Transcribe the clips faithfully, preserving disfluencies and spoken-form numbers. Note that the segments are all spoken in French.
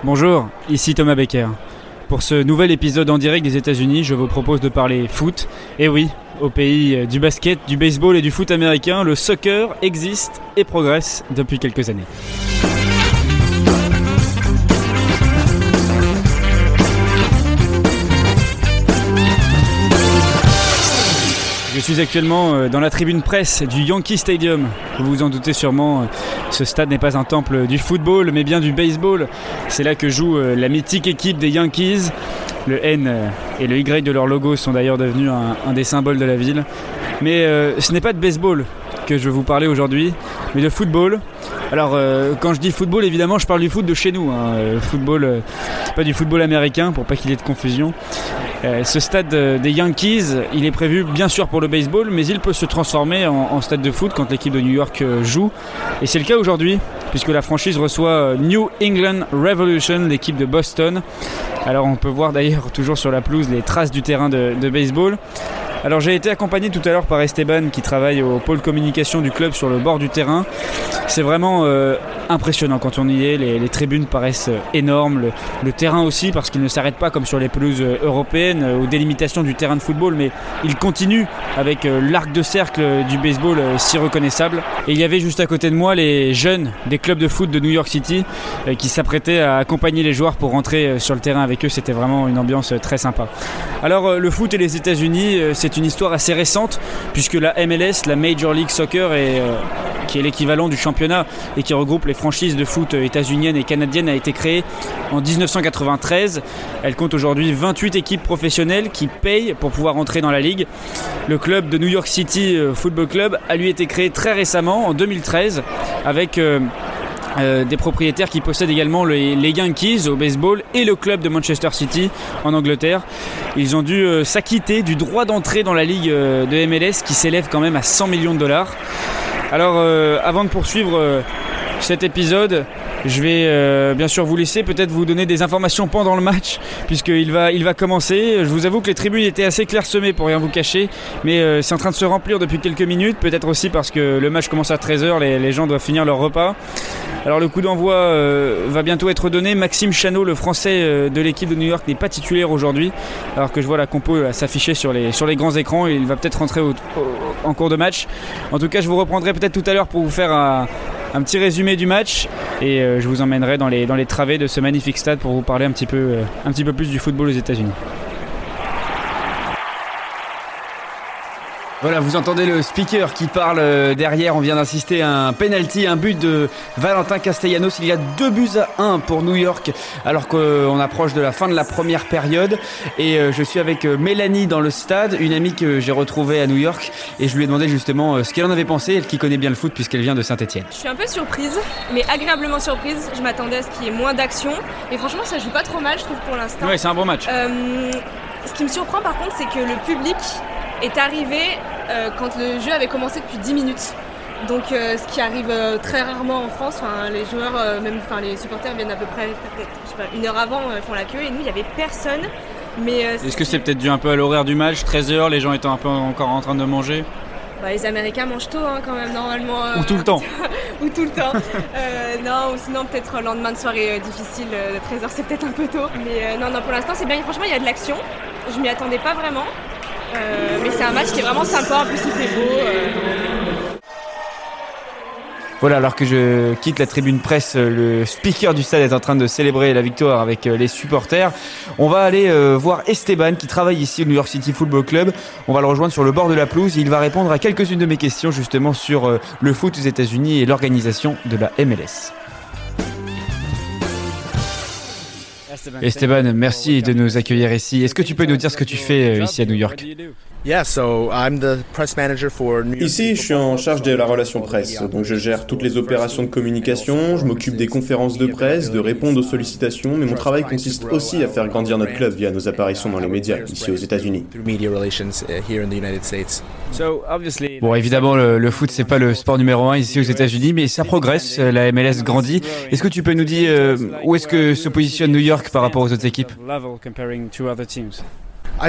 Bonjour, ici Thomas Becker. Pour ce nouvel épisode en direct des États-Unis, je vous propose de parler foot. Et oui, au pays du basket, du baseball et du foot américain, le soccer existe et progresse depuis quelques années. Je suis actuellement dans la tribune presse du Yankee Stadium. Vous vous en doutez sûrement, ce stade n'est pas un temple du football, mais bien du baseball. C'est là que joue la mythique équipe des Yankees. Le N et le Y de leur logo sont d'ailleurs devenus un, un des symboles de la ville. Mais euh, ce n'est pas de baseball que je vais vous parler aujourd'hui, mais de football. Alors euh, quand je dis football, évidemment je parle du foot de chez nous, hein. euh, football, euh, pas du football américain pour pas qu'il y ait de confusion. Euh, ce stade euh, des Yankees, il est prévu bien sûr pour le baseball, mais il peut se transformer en, en stade de foot quand l'équipe de New York euh, joue. Et c'est le cas aujourd'hui, puisque la franchise reçoit euh, New England Revolution, l'équipe de Boston. Alors on peut voir d'ailleurs toujours sur la pelouse les traces du terrain de, de baseball. Alors j'ai été accompagné tout à l'heure par Esteban qui travaille au pôle communication du club sur le bord du terrain. C'est vraiment euh, impressionnant quand on y est, les, les tribunes paraissent énormes, le, le terrain aussi parce qu'il ne s'arrête pas comme sur les pelouses européennes euh, aux délimitations du terrain de football, mais il continue avec euh, l'arc de cercle du baseball euh, si reconnaissable. Et il y avait juste à côté de moi les jeunes des clubs de foot de New York City euh, qui s'apprêtaient à accompagner les joueurs pour rentrer euh, sur le terrain avec eux. C'était vraiment une ambiance euh, très sympa. Alors euh, le foot et les États-Unis, euh, c'est une histoire assez récente puisque la M L S, la Major League Soccer, est, euh, qui est l'équivalent du championnat et qui regroupe les franchises de foot états-uniennes et canadiennes, a été créée en dix-neuf cent quatre-vingt-treize. Elle compte aujourd'hui vingt-huit équipes professionnelles qui payent pour pouvoir entrer dans la ligue. Le club de New York City Football Club a lui été créé très récemment en deux mille treize avec euh, Euh, des propriétaires qui possèdent également les, les Yankees au baseball et le club de Manchester City en Angleterre. Ils ont dû euh, s'acquitter du droit d'entrée dans la ligue euh, de M L S qui s'élève quand même à cent millions de dollars. Alors euh, avant de poursuivre euh, cet épisode, je vais euh, bien sûr vous laisser peut-être vous donner des informations pendant le match puisqu'il va, il va commencer. Je vous avoue que les tribunes étaient assez clairsemées pour rien vous cacher, mais euh, c'est en train de se remplir depuis quelques minutes, peut-être aussi parce que le match commence à treize heures, les, les gens doivent finir leur repas. Alors le coup d'envoi euh, va bientôt être donné. Maxime Chanot, le français euh, de l'équipe de New York, n'est pas titulaire aujourd'hui, alors que je vois la compo euh, s'afficher sur les, sur les grands écrans et il va peut-être rentrer au, au, en cours de match. En tout cas, je vous reprendrai peut-être tout à l'heure pour vous faire un, un petit résumé du match et euh, je vous emmènerai dans les, dans les travées de ce magnifique stade pour vous parler un petit peu, euh, un petit peu plus du football aux États-Unis. Voilà, vous entendez le speaker qui parle derrière. On vient d'assister à un penalty, un but de Valentin Castellanos. Il y a deux buts à un pour New York alors qu'on approche de la fin de la première période. Et je suis avec Mélanie dans le stade, une amie que j'ai retrouvée à New York. Et je lui ai demandé justement ce qu'elle en avait pensé, elle qui connaît bien le foot puisqu'elle vient de Saint-Etienne. Je suis un peu surprise, mais agréablement surprise. Je m'attendais à ce qu'il y ait moins d'action. Et franchement, ça joue pas trop mal, je trouve, pour l'instant. Ouais, c'est un bon match. Euh, ce qui me surprend par contre, c'est que le public est arrivé euh, quand le jeu avait commencé depuis dix minutes. Donc euh, ce qui arrive euh, très rarement en France, les joueurs, euh, même les supporters viennent à peu près peut-être, je sais pas, une heure avant, euh, font la queue et nous il n'y avait personne. Mais, euh, Est-ce que c'est peut-être dû un peu à l'horaire du match, treize heures, les gens étant un peu encore en train de manger? Bah, les Américains mangent tôt hein, quand même normalement. Euh, ou tout le temps. Ou tout le temps. euh, non, ou sinon peut-être lendemain de soirée euh, difficile, euh, treize heures c'est peut-être un peu tôt. Mais euh, non, non, pour l'instant c'est bien, franchement il y a de l'action. Je m'y attendais pas vraiment. Euh, mais c'est un match qui est vraiment sympa, en plus il fait beau. Euh... Voilà, alors que je quitte la tribune presse, le speaker du stade est en train de célébrer la victoire avec les supporters. On va aller euh, voir Esteban qui travaille ici au New York City Football Club. On va le rejoindre sur le bord de la pelouse et il va répondre à quelques-unes de mes questions justement sur euh, le foot aux États-Unis et l'organisation de la M L S. Esteban, merci de nous accueillir ici. Est-ce que tu peux nous dire ce que tu fais ici à New York ? Ici, je suis en charge de la relation presse, donc je gère toutes les opérations de communication, je m'occupe des conférences de presse, de répondre aux sollicitations, mais mon travail consiste aussi à faire grandir notre club via nos apparitions dans les médias, ici aux États-Unis. Bon, évidemment, le, le foot, c'est pas le sport numéro un ici aux États-Unis, mais ça progresse, la M L S grandit. Est-ce que tu peux nous dire euh, où est-ce que se positionne New York par rapport aux autres équipes ? Ah,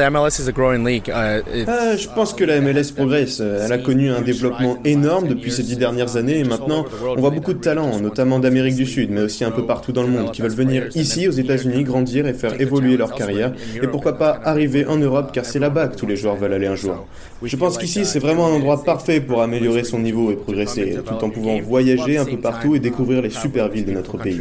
je pense que la M L S progresse. Elle a connu un développement énorme depuis ces dix dernières années et maintenant on voit beaucoup de talents, notamment d'Amérique du Sud, mais aussi un peu partout dans le monde, qui veulent venir ici aux États-Unis, grandir et faire évoluer leur carrière et pourquoi pas arriver en Europe car c'est là-bas que tous les joueurs veulent aller un jour. Je pense qu'ici c'est vraiment un endroit parfait pour améliorer son niveau et progresser, tout en pouvant voyager un peu partout et découvrir les super villes de notre pays.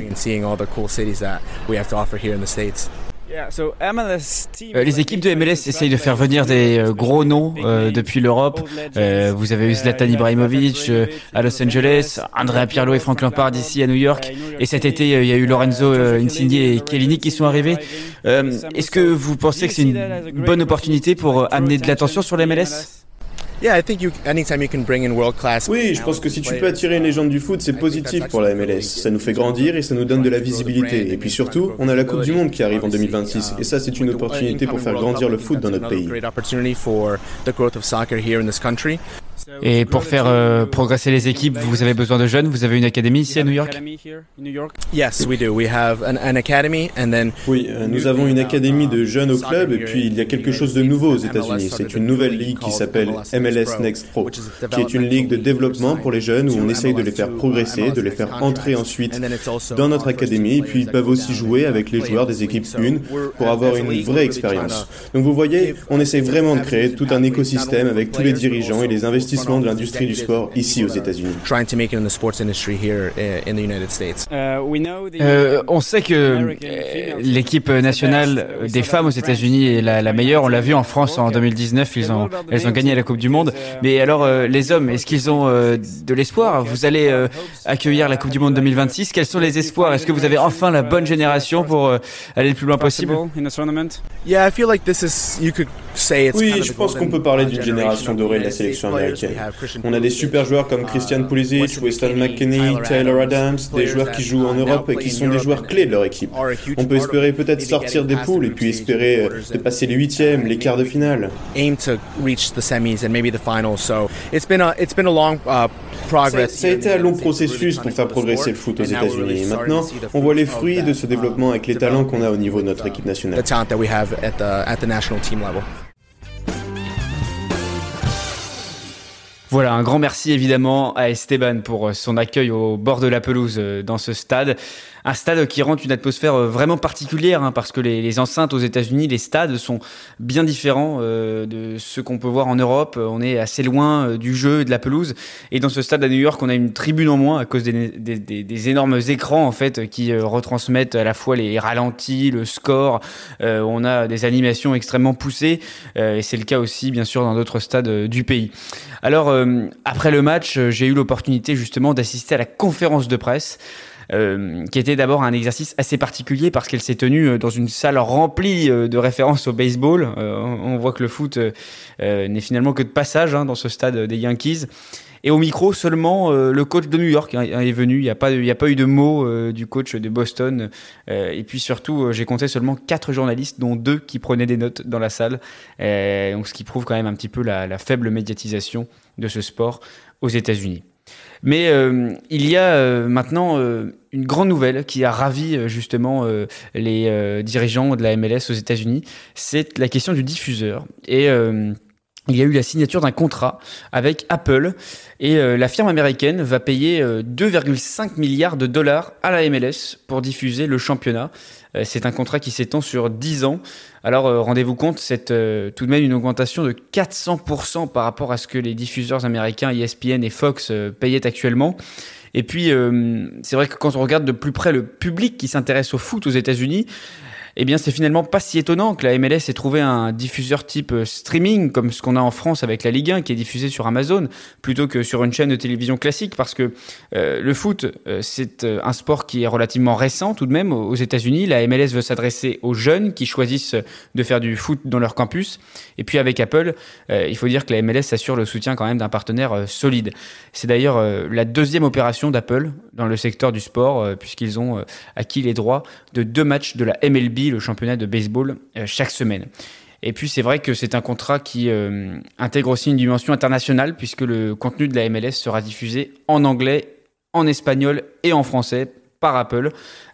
Euh, les équipes de M L S essayent de faire venir des euh, gros noms euh, depuis l'Europe. Euh, vous avez eu Zlatan Ibrahimovic euh, à Los Angeles, Andrea Pirlo et Frank Lampard ici à New York. Et cet été, euh, il y a eu Lorenzo euh, Insigne et Chiellini qui sont arrivés. Euh, est-ce que vous pensez que c'est une bonne opportunité pour euh, amener de l'attention sur la M L S ? Oui, je pense que si tu peux attirer une légende du foot, c'est positif pour la M L S. Ça nous fait grandir et ça nous donne de la visibilité. Et puis surtout, on a la Coupe du Monde qui arrive en deux mille vingt-six. Et ça, c'est une opportunité pour faire grandir le foot dans notre pays. Et pour faire euh, progresser les équipes, vous avez besoin de jeunes. Vous avez une académie ici à New York ? Oui, euh, nous avons une académie de jeunes au club et puis il y a quelque chose de nouveau aux États-Unis. C'est une nouvelle ligue qui s'appelle M L S Next Pro, qui est une ligue de développement pour les jeunes où on essaye de les faire progresser, de les faire entrer ensuite dans notre académie et puis ils peuvent aussi jouer avec les joueurs des équipes une pour avoir une vraie expérience. Donc vous voyez, on essaye vraiment de créer tout un écosystème avec tous les dirigeants et les investisseurs de l'industrie du sport ici aux États-Unis. Euh, on sait que euh, l'équipe nationale des femmes aux États-Unis est la, la meilleure. On l'a vu en France en deux mille dix-neuf, ils ont, elles ont gagné la Coupe du Monde. Mais alors, euh, les hommes, est-ce qu'ils ont euh, de l'espoir ? Vous allez euh, accueillir la Coupe du Monde deux mille vingt-six. Quels sont les espoirs ? Est-ce que vous avez enfin la bonne génération pour euh, aller le plus loin possible ? Oui, je pense qu'on peut parler d'une génération dorée de la sélection américaine. On a des super joueurs comme Christian Pulisic, Weston McKennie, Taylor Adams, des joueurs qui jouent en Europe et qui sont des joueurs clés de leur équipe. On peut espérer peut-être sortir des poules et puis espérer de passer les huitièmes, les quarts de finale. Ça, ça a été un long processus pour faire progresser le foot aux États-Unis. Et maintenant, on voit les fruits de ce développement avec les talents qu'on a au niveau de notre équipe nationale. Voilà, un grand merci évidemment à Esteban pour son accueil au bord de la pelouse dans ce stade. Un stade qui rend une atmosphère vraiment particulière, hein, parce que les, les enceintes aux États-Unis, les stades sont bien différents euh, de ceux qu'on peut voir en Europe. On est assez loin euh, du jeu et de la pelouse. Et dans ce stade à New York, on a une tribune en moins à cause des, des, des, des énormes écrans en fait qui euh, retransmettent à la fois les ralentis, le score. Euh, on a des animations extrêmement poussées euh, et c'est le cas aussi bien sûr dans d'autres stades euh, du pays. Alors euh, après le match, euh, j'ai eu l'opportunité justement d'assister à la conférence de presse. Euh, qui était d'abord un exercice assez particulier parce qu'elle s'est tenue dans une salle remplie de références au baseball. Euh, on voit que le foot euh, n'est finalement que de passage hein, dans ce stade des Yankees. Et au micro, seulement euh, le coach de New York hein, est venu. Il n'y a pas, il n'y a pas eu de mots euh, du coach de Boston. Euh, et puis surtout, euh, j'ai compté seulement quatre journalistes, dont deux qui prenaient des notes dans la salle. Euh, donc, ce qui prouve quand même un petit peu la, la faible médiatisation de ce sport aux États-Unis. Mais euh, il y a euh, maintenant euh, une grande nouvelle qui a ravi euh, justement euh, les euh, dirigeants de la M L S aux États-Unis. C'est la question du diffuseur. Et euh, il y a eu la signature d'un contrat avec Apple et euh, la firme américaine va payer euh, deux virgule cinq milliards de dollars à la M L S pour diffuser le championnat. Euh, c'est un contrat qui s'étend sur dix ans. Alors euh, rendez-vous compte, c'est euh, tout de même une augmentation de quatre cents pour cent par rapport à ce que les diffuseurs américains E S P N et Fox euh, payaient actuellement. Et puis euh, c'est vrai que quand on regarde de plus près le public qui s'intéresse au foot aux États-Unis, eh bien, c'est finalement pas si étonnant que la M L S ait trouvé un diffuseur type streaming, comme ce qu'on a en France avec la Ligue un, qui est diffusé sur Amazon, plutôt que sur une chaîne de télévision classique, parce que euh, le foot, euh, c'est un sport qui est relativement récent tout de même aux États-Unis. La M L S veut s'adresser aux jeunes qui choisissent de faire du foot dans leur campus. Et puis avec Apple, euh, il faut dire que la M L S assure le soutien quand même d'un partenaire euh, solide. C'est d'ailleurs euh, la deuxième opération d'Apple dans le secteur du sport, euh, puisqu'ils ont euh, acquis les droits de deux matchs de la M L B, le championnat de baseball, euh, chaque semaine. Et puis c'est vrai que c'est un contrat qui euh, intègre aussi une dimension internationale, puisque le contenu de la M L S sera diffusé en anglais, en espagnol et en français, par Apple.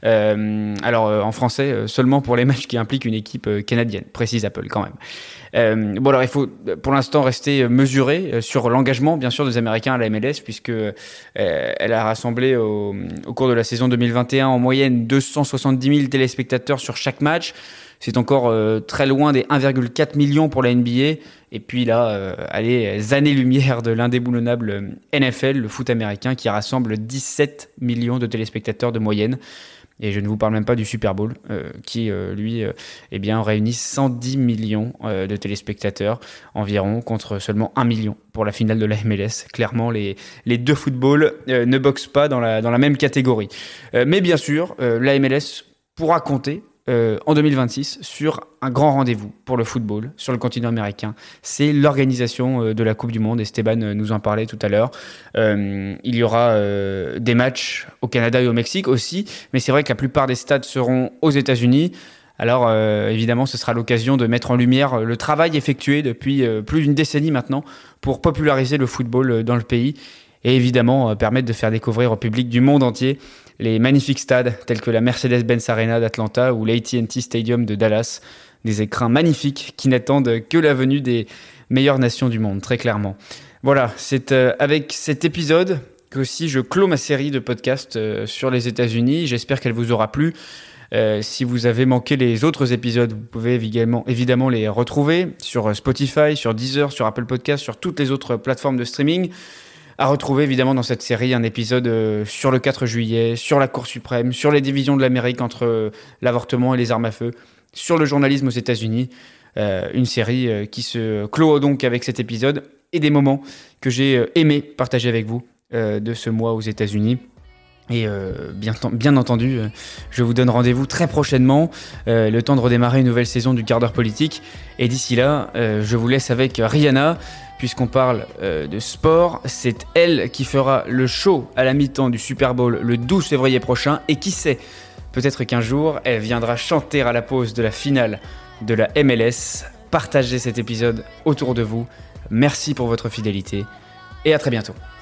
Euh, alors euh, en français, euh, seulement pour les matchs qui impliquent une équipe euh, canadienne, précise Apple quand même. Euh, bon alors il faut pour l'instant rester mesuré euh, sur l'engagement bien sûr des Américains à la M L S, puisque euh, elle a rassemblé au, au cours de la saison deux mille vingt et un en moyenne deux cent soixante-dix mille téléspectateurs sur chaque match. C'est encore euh, très loin des un virgule quatre million pour la N B A. Et puis là, euh, allez, années-lumière de l'indéboulonnable N F L, le foot américain, qui rassemble dix-sept millions de téléspectateurs de moyenne. Et je ne vous parle même pas du Super Bowl, euh, qui, euh, lui, euh, eh bien, réunit cent dix millions euh, de téléspectateurs environ, contre seulement un million pour la finale de la M L S. Clairement, les, les deux footballs euh, ne boxent pas dans la, dans la même catégorie. Euh, mais bien sûr, euh, la M L S pourra compter Euh, en deux mille vingt-six sur un grand rendez-vous pour le football sur le continent américain. C'est l'organisation euh, de la Coupe du Monde. Esteban euh, nous en parlait tout à l'heure. Euh, il y aura euh, des matchs au Canada et au Mexique aussi, mais c'est vrai que la plupart des stades seront aux États-Unis. Alors euh, évidemment, ce sera l'occasion de mettre en lumière le travail effectué depuis euh, plus d'une décennie maintenant pour populariser le football euh, dans le pays et évidemment euh, permettre de faire découvrir au public du monde entier les magnifiques stades tels que la Mercedes-Benz Arena d'Atlanta ou l'A T and T Stadium de Dallas, des écrins magnifiques qui n'attendent que la venue des meilleures nations du monde, très clairement. Voilà, c'est euh, avec cet épisode qu'aussi je clôt ma série de podcasts euh, sur les États-Unis. J'espère qu'elle vous aura plu. Euh, si vous avez manqué les autres épisodes, vous pouvez également, évidemment les retrouver sur Spotify, sur Deezer, sur Apple Podcasts, sur toutes les autres plateformes de streaming. À retrouver évidemment dans cette série un épisode euh, sur le quatre juillet, sur la Cour suprême, sur les divisions de l'Amérique entre euh, l'avortement et les armes à feu, sur le journalisme aux États-Unis. Euh, une série euh, qui se clôt donc avec cet épisode et des moments que j'ai euh, aimé partager avec vous euh, de ce mois aux États-Unis. Et euh, bien, bien entendu, euh, je vous donne rendez-vous très prochainement, euh, le temps de redémarrer une nouvelle saison du quart d'heure politique. Et d'ici là, euh, je vous laisse avec Rihanna. Puisqu'on parle euh, de sport, c'est elle qui fera le show à la mi-temps du Super Bowl le douze février prochain. Et qui sait, peut-être qu'un jour, elle viendra chanter à la pause de la finale de la M L S. Partagez cet épisode autour de vous. Merci pour votre fidélité et à très bientôt.